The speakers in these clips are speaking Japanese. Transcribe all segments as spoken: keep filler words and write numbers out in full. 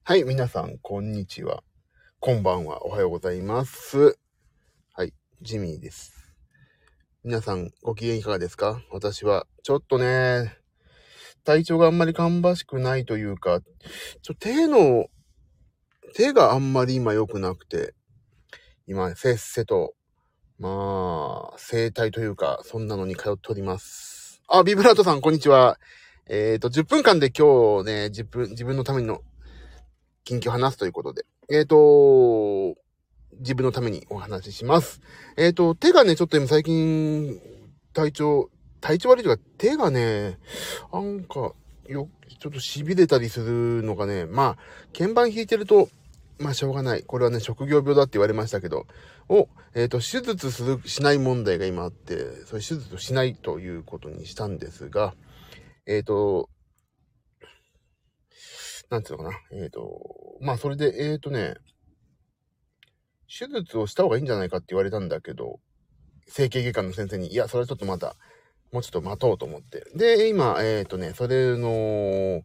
はい、皆さん、こんにちは。こんばんは。おはようございます。はい、ジミーです。皆さん、ご機嫌いかがですか？私は、ちょっとね、体調があんまり芳しくないというか、ちょ、手の、手があんまり今良くなくて、今、せっせと、まあ、整体というか、そんなのに通っております。あ、ビブラートさん、こんにちは。えっと、じゅっぷんかんで今日ね、自分、自分のための近況を話すということで。えっと、自分のためにお話しします。えっと、手がね、ちょっと今最近、体調、体調悪いというか、手がね、なんか、よ、ちょっと痺れたりするのがね、まあ、鍵盤弾いてると、まあ、しょうがない。これはね、職業病だって言われましたけど、を、えっと、手術する、しない問題が今あって、そういう手術をしないということにしたんですが、えっと、なんていうのかな。えっと、まあ、それで、えっとね、手術をした方がいいんじゃないかって言われたんだけど、整形外科の先生に、いや、それはちょっとまた、もうちょっと待とうと思って。で、今、えっとね、それの、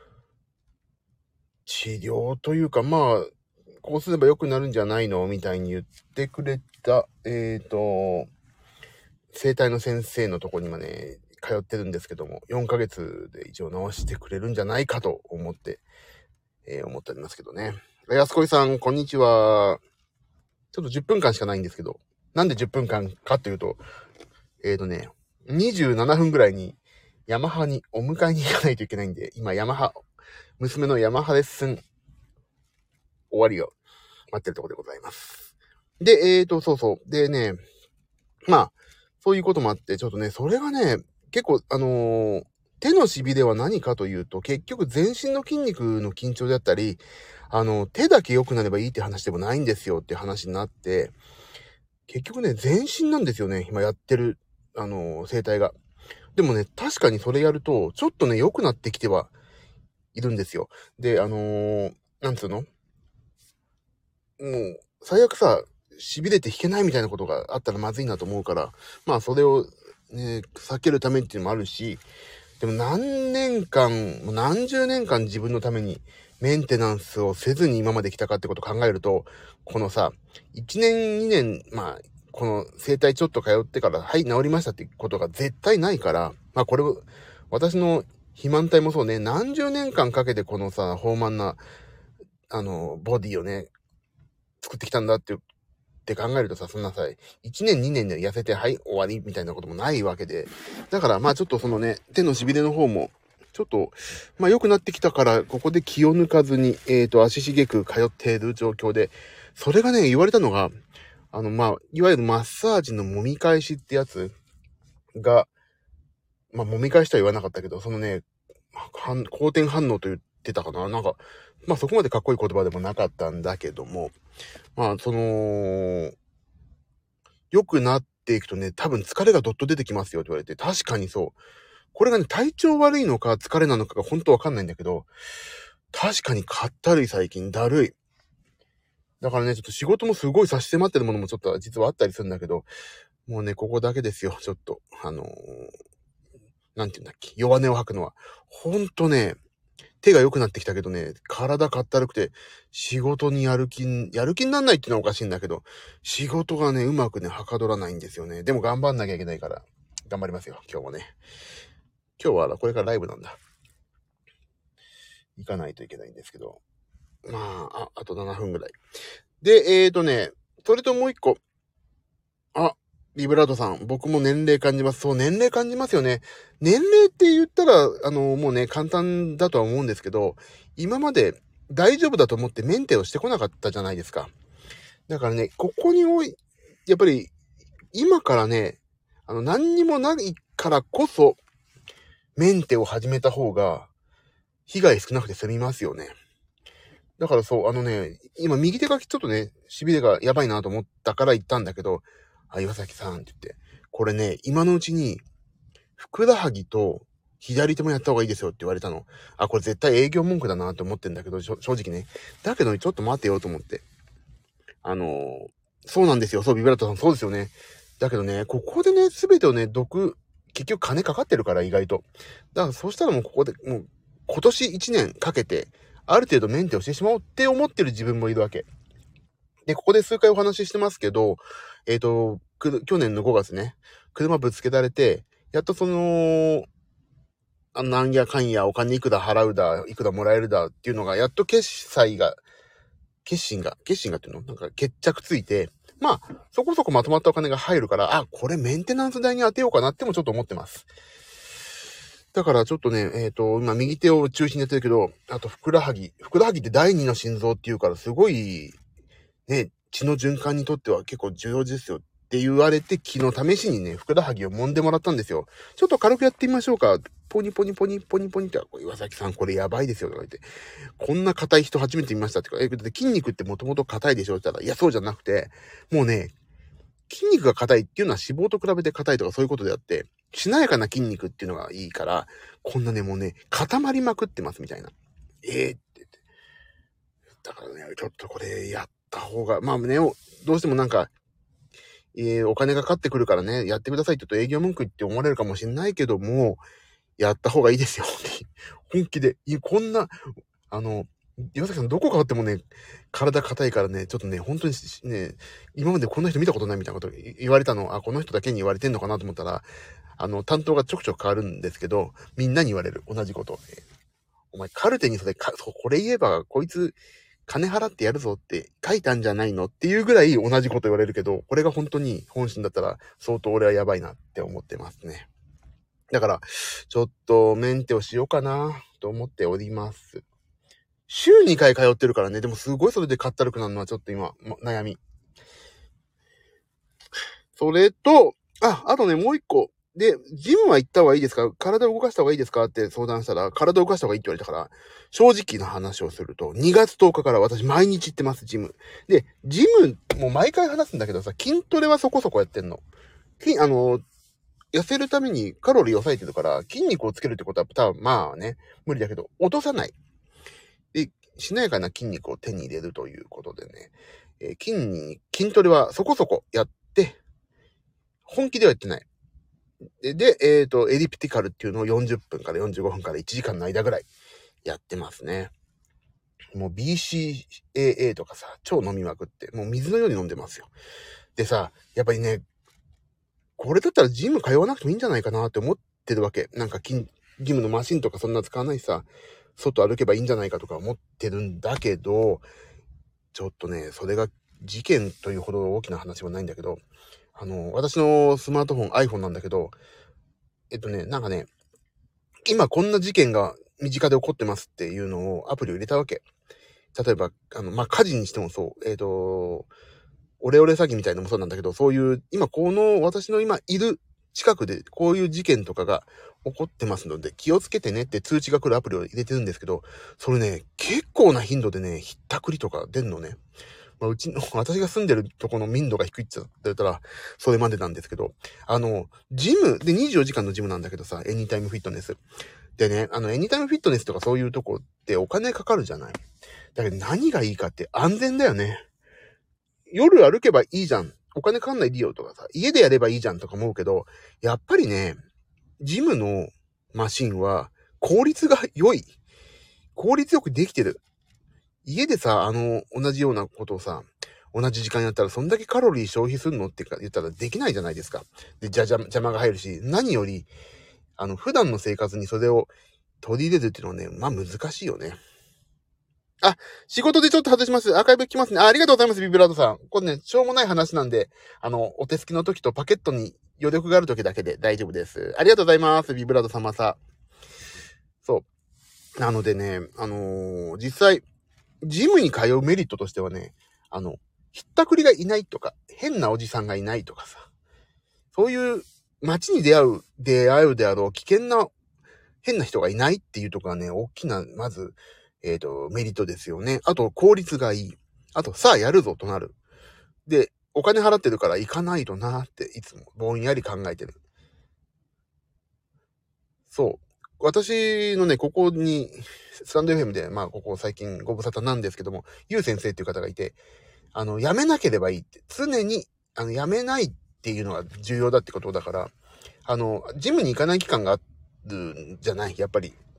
治療というか、まあ、こうすれば良くなるんじゃないのみたいに言ってくれた、えっと、整体の先生のとこに今ね、通ってるんですけども、よんかげつで一応治してくれるんじゃないかと思って、えー思っておりますけどね。安子さん、こんにちは。ちょっとじゅっぷんかんしかないんですけど、なんでじゅっぷんかんかというと、えっとね、にじゅうななふんぐらいにヤマハにお迎えに行かないといけないんで、今ヤマハ、娘のヤマハレッスン終わりを待ってるところでございます。で、えーと、そうそう。でね、まあ、そういうこともあって、ちょっとね、それがね、結構、あのー手の痺れは何かというと、結局全身の筋肉の緊張であったり、あの、手だけ良くなればいいって話でもないんですよって話になって、結局ね、全身なんですよね、今やってる、あのー整体が。でもね、確かにそれやると、ちょっとね、良くなってきてはいるんですよ。で、あのー、なんつうのもう、最悪さ、痺れて弾けないみたいなことがあったらまずいなと思うから、まあ、それをね、避けるためっていうのもあるし、でも何年間、もう何十年間自分のためにメンテナンスをせずに今まで来たかってことを考えると、このさ、いちねん、にねん、まあ、この整体ちょっと通ってから、はい、治りましたってことが絶対ないから、まあこれを、私の肥満体もそうね、何十年間かけてこのさ、豊満な、あの、ボディをね、作ってきたんだってって考えるとさ、そんなさ、いちねんにねんで痩せて、はい、終わりみたいなこともないわけで。だから、まあちょっとそのね、手の痺れの方も、ちょっと、まあ良くなってきたから、ここで気を抜かずに、えっと、足しげく通っている状況で、それがね、言われたのが、あの、まあ、いわゆるマッサージの揉み返しってやつが、まあ、揉み返しとは言わなかったけど、そのね、反好転反応と言ってたかな。なんか、まあそこまでかっこいい言葉でもなかったんだけども、まあ、その、良くなっていくとね、多分疲れがどっと出てきますよって言われて、確かにそう。これがね、体調悪いのか疲れなのかが本当わかんないんだけど、確かにかったるい最近、だるい。だからね、ちょっと仕事もすごい差し迫ってるものもちょっと実はあったりするんだけど、もうね、ここだけですよ、ちょっと。あのー、なんて言うんだっけ、弱音を吐くのは。ほんとね、手が良くなってきたけどね、体かったるくて、仕事にやる気、やる気になんないっていうのはおかしいんだけど、仕事がね、うまくね、はかどらないんですよね。でも頑張んなきゃいけないから、頑張りますよ、今日もね。今日はこれからライブなんだ。行かないといけないんですけど。まあ、あ、あとななふんぐらい。で、えーとね、それともう一個。あ、ビブラートさん、僕も年齢感じます。そう、年齢感じますよね。年齢って言ったら、あの、もうね、簡単だとは思うんですけど、今まで大丈夫だと思ってメンテをしてこなかったじゃないですか。だからね、ここにおい、やっぱり、今からね、あの、何にもないからこそ、メンテを始めた方が、被害少なくて済みますよね。だからそう、あのね、今右手がちょっとね、痺れがやばいなと思ったから言ったんだけど、あ、岩崎さんって言って、これね、今のうちに、ふくらはぎと左手もやった方がいいですよって言われたの。あ、これ絶対営業文句だなと思ってんだけど、正直ね。だけど、ちょっと待ってよと思って。あのー、そうなんですよ。そう、ビブラートさん、そうですよね。だけどね、ここでね、すべてをね、毒、結局金かかってるから、意外と。だから、そうしたらもうここで、もう、今年いちねんかけて、 ある程度メンテをしてしまおうって思ってる自分もいるわけ。で、ここで数回お話ししてますけど、えっと、去年のごがつね、車ぶつけられて、やっとその、あの、なんやかんやお金いくら払うだ、いくらもらえるだっていうのが、やっと決済が、決心が、決心がっていうのなんか決着ついて、まあ、そこそこまとまったお金が入るから、あ、これメンテナンス代に当てようかなってもちょっと思ってます。だからちょっとね、えっと、今右手を中心にやってるけど、あとふくらはぎ。ふくらはぎって第二の心臓っていうからすごい、ね、血の循環にとっては結構重要ですよって言われて、昨日試しにね、ふくらはぎを揉んでもらったんですよ。ちょっと軽くやってみましょうか。ポニポニポニポニポニって、岩崎さんこれやばいですよとか言って、こんな硬い人初めて見ましたってか、え、だって筋肉ってもともと硬いでしょって言ったら、いやそうじゃなくて、もうね、筋肉が硬いっていうのは脂肪と比べて硬いとかそういうことであって、しなやかな筋肉っていうのがいいから、こんなね、もうね、固まりまくってますみたいな。えー、って言って。だからね、ちょっとこれやった方が、まあね、どうしてもなんか、えー、お金がかかってくるからね、やってくださいって言うと営業文句って思われるかもしれないけども、やった方がいいですよ。本気で。いこんな、あの、岩崎さんどこ変わってもね、体硬いからね、ちょっとね、本当にね、今までこんな人見たことないみたいなこと言われたの、あ、この人だけに言われてんのかなと思ったら、あの、担当がちょくちょく変わるんですけど、みんなに言われる。同じこと。お前、カルテにそれか、これ言えば、こいつ、金払ってやるぞって書いたんじゃないのっていうぐらい同じこと言われるけど、これが本当に本心だったら相当俺はやばいなって思ってますね。だから、ちょっとメンテをしようかなと思っております。週にかい通ってるからね、でもすごいそれでかったるくなるのはちょっと今、悩み。それと、あ、あとね、もう一個。で、ジムは行った方がいいですか？体を動かした方がいいですかって相談したら、体を動かした方がいいって言われたから、正直な話をすると、にがつとおかから私毎日行ってます、ジム。で、ジム、もう毎回話すんだけどさ、筋トレはそこそこやってんの。きあの、痩せるためにカロリーを抑えてるから、筋肉をつけるってことは多分まあね、無理だけど、落とさない。で、しなやかな筋肉を手に入れるということでね、えー、筋に、筋トレはそこそこやって、本気ではやってない。で、でえっと、エリプティカルっていうのをよんじゅっぷんからよんじゅうごふんからいちじかんの間ぐらいやってますね。もう ビーシーエーエー とかさ、超飲みまくって、もう水のように飲んでますよ。でさ、やっぱりね、これだったらジム通わなくてもいいんじゃないかなって思ってるわけ。なんか筋、ジムのマシンとかそんな使わないしさ、外歩けばいいんじゃないかとか思ってるんだけど、ちょっとね、それが事件というほど大きな話はないんだけど、あの、私のスマートフォン、iPhone なんだけど、えっとね、なんかね、今こんな事件が身近で起こってますっていうのをアプリを入れたわけ。例えば、あの、まあ、火事にしてもそう、えっと、オレオレ詐欺みたいなのもそうなんだけど、そういう、今この私の今いる近くでこういう事件とかが起こってますので気をつけてねって通知が来るアプリを入れてるんですけど、それね、結構な頻度でね、ひったくりとか出んのね。まあ、うちの、私が住んでるとこの民度が低いって言ったら、それまでなんですけど、あの、ジム、でにじゅうよじかんのジムなんだけどさ、エニタイムフィットネス。でね、あの、エニタイムフィットネスとかそういうとこってお金かかるじゃない。だけど何がいいかって安全だよね。夜歩けばいいじゃん。お金かかんない利用とかさ、家でやればいいじゃんとか思うけど、やっぱりね、ジムのマシンは効率が良い。効率よくできてる。家でさ、あの、同じようなことをさ、同じ時間やったらそんだけカロリー消費するのって言ったらできないじゃないですか。で、じゃ、じゃ、邪魔が入るし、何より、あの、普段の生活にそれを取り入れるっていうのはね、まあ難しいよね。あ、仕事でちょっと外します。アーカイブ来ますね。あ、ありがとうございます、ビブラードさん。これね、しょうもない話なんで、あの、お手すきの時とパケットに余力がある時だけで大丈夫です。ありがとうございます、ビブラード様さ。そう。なのでね、あのー、実際、ジムに通うメリットとしてはね、あの、ひったくりがいないとか、変なおじさんがいないとかさ、そういう街に出会う、出会うであろう危険な変な人がいないっていうところがね、大きな、まず、えっと、メリットですよね。あと、効率がいい。あと、さあやるぞとなる。で、お金払ってるから行かないとなって、いつもぼんやり考えてる。そう。私のね、ここに、スタンド エフエム で、まあ、ここ最近ご無沙汰なんですけども、ゆう先生っていう方がいて、あの、やめなければいいって、常に、あの、やめないっていうのが重要だってことだから、あの、ジムに行かない期間があるんじゃないやっぱり。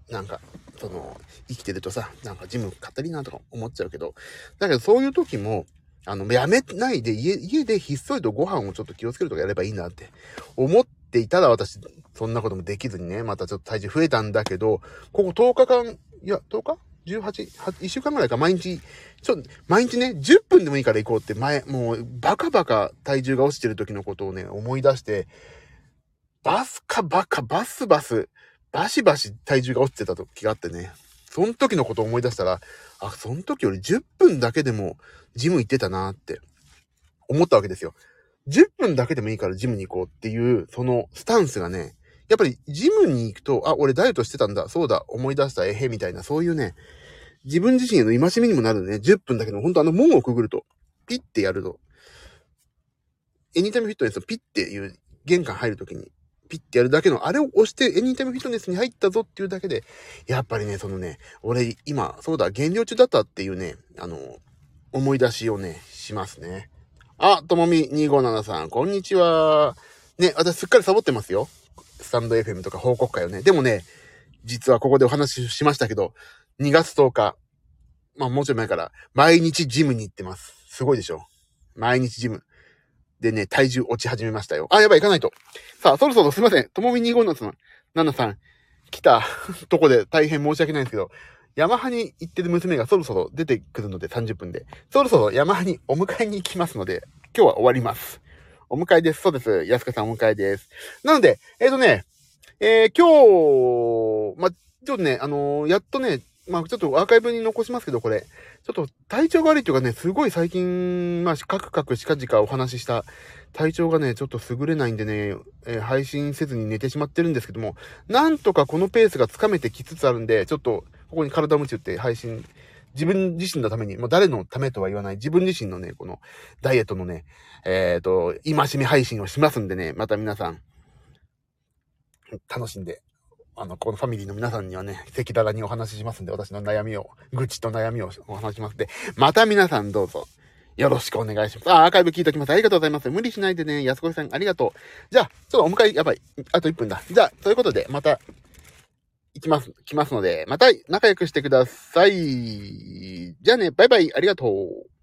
なんか、その、生きてるとさ、なんかジム買ったりなとか思っちゃうけど、だけどそういう時も、あの、やめないで家、家でひっそりとご飯をちょっと気をつけるとかやればいいなって思っていたら私、そんなこともできずにね、またちょっと体重増えたんだけど、こことおかかん、いや、とおか ?じゅうはち、いっしゅうかんぐらいか毎日、ちょ、毎日ね、じゅっぷんでもいいから行こうって前、もうバカバカ体重が落ちてる時のことをね、思い出して、バスかバカ、バスバス、バシバシ体重が落ちてた時があってね。その時のことを思い出したら、あ、その時よりじゅっぷんだけでもジム行ってたなって思ったわけですよ。じゅっぷんだけでもいいからジムに行こうっていう、そのスタンスがね、やっぱりジムに行くと、あ、俺ダイエットしてたんだ、そうだ、思い出した、えへ、みたいな、そういうね、自分自身への戒めにもなるね、じゅっぷんだけでも、ほんとあの門をくぐると、ピッてやると、エニタイムフィットネスのピッていう玄関入るときに、ピッてやるだけの、あれを押してエニタイムフィットネスに入ったぞっていうだけで、やっぱりね、そのね、俺今、そうだ、減量中だったっていうね、あの、思い出しをね、しますね。あ、ともみにーごーななさん、こんにちは。ね、私すっかりサボってますよ。スタンド エフエム とか報告会をね。でもね、実はここでお話ししましたけど、にがつとおか、まあもうちょい前から、毎日ジムに行ってます。すごいでしょ。毎日ジム。でね、体重落ち始めましたよ。あ、やばい、行かないと。さあ、そろそろすいません。ともみにーごーななさん、ななさん、来たとこで大変申し訳ないんですけど、ヤマハに行ってる娘がそろそろ出てくるのでさんじゅっぷんで、そろそろヤマハにお迎えに行きますので、今日は終わります。お迎えです。そうです。安香さんお迎えです。なので、えっとね、えー、今日、ま、ちょっとね、あのー、やっとね、まあ、ちょっとアーカイブに残しますけど、これ。ちょっと体調が悪いというかね、すごい最近、まあ、カクカクしかじかお話しした体調がね、ちょっと優れないんでね、えー、配信せずに寝てしまってるんですけども、なんとかこのペースがつかめてきつつあるんで、ちょっと、ここに体をムチ打って配信、自分自身のために、もう誰のためとは言わない、自分自身のね、このダイエットのね、えっと、戒め配信をしますんでね、また皆さん、楽しんで、あの、このファミリーの皆さんにはね、赤裸々にお話ししますんで、私の悩みを、愚痴と悩みをお話しますんで、また皆さんどうぞ、よろしくお願いします。あ、アーカイブ聞いておきます。ありがとうございます。無理しないでね、安子さん、ありがとう。じゃあ、ちょっとお迎え、やばい。あといっぷんだ。じゃあ、ということで、また、行きます、来ますので、また仲良くしてください。じゃあね、バイバイ、ありがとう。